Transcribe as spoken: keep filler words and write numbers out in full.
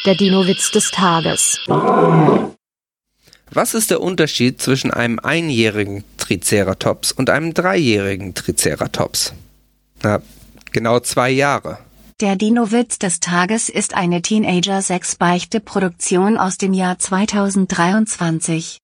Der Dino-Witz des Tages. Was ist der Unterschied zwischen einem einjährigen Triceratops und einem dreijährigen Triceratops? Na, genau zwei Jahre. Der Dino-Witz des Tages ist eine Teenager-sechs-Beichte-Produktion aus dem Jahr zweitausenddreiundzwanzig.